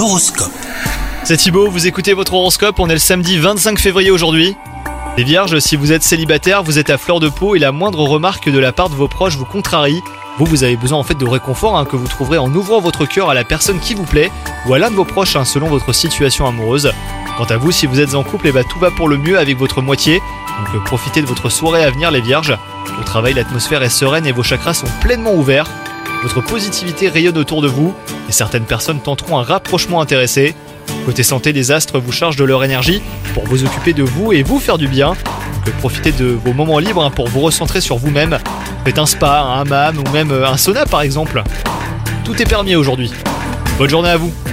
L'horoscope. C'est Thibaut, vous écoutez votre horoscope, on est le samedi 25 février aujourd'hui. Les Vierges, si vous êtes célibataire, vous êtes à fleur de peau et la moindre remarque de la part de vos proches vous contrarie. Vous avez besoin de réconfort que vous trouverez en ouvrant votre cœur à la personne qui vous plaît ou à l'un de vos proches selon votre situation amoureuse. Quant à vous, si vous êtes en couple, tout va pour le mieux avec votre moitié. Donc profitez de votre soirée à venir les Vierges. Au travail, l'atmosphère est sereine et vos chakras sont pleinement ouverts. Votre positivité rayonne autour de vous et certaines personnes tenteront un rapprochement intéressé. Côté santé, les astres vous chargent de leur énergie pour vous occuper de vous et vous faire du bien. Donc profitez de vos moments libres pour vous recentrer sur vous-même. Faites un spa, un hammam ou même un sauna par exemple. Tout est permis aujourd'hui. Bonne journée à vous.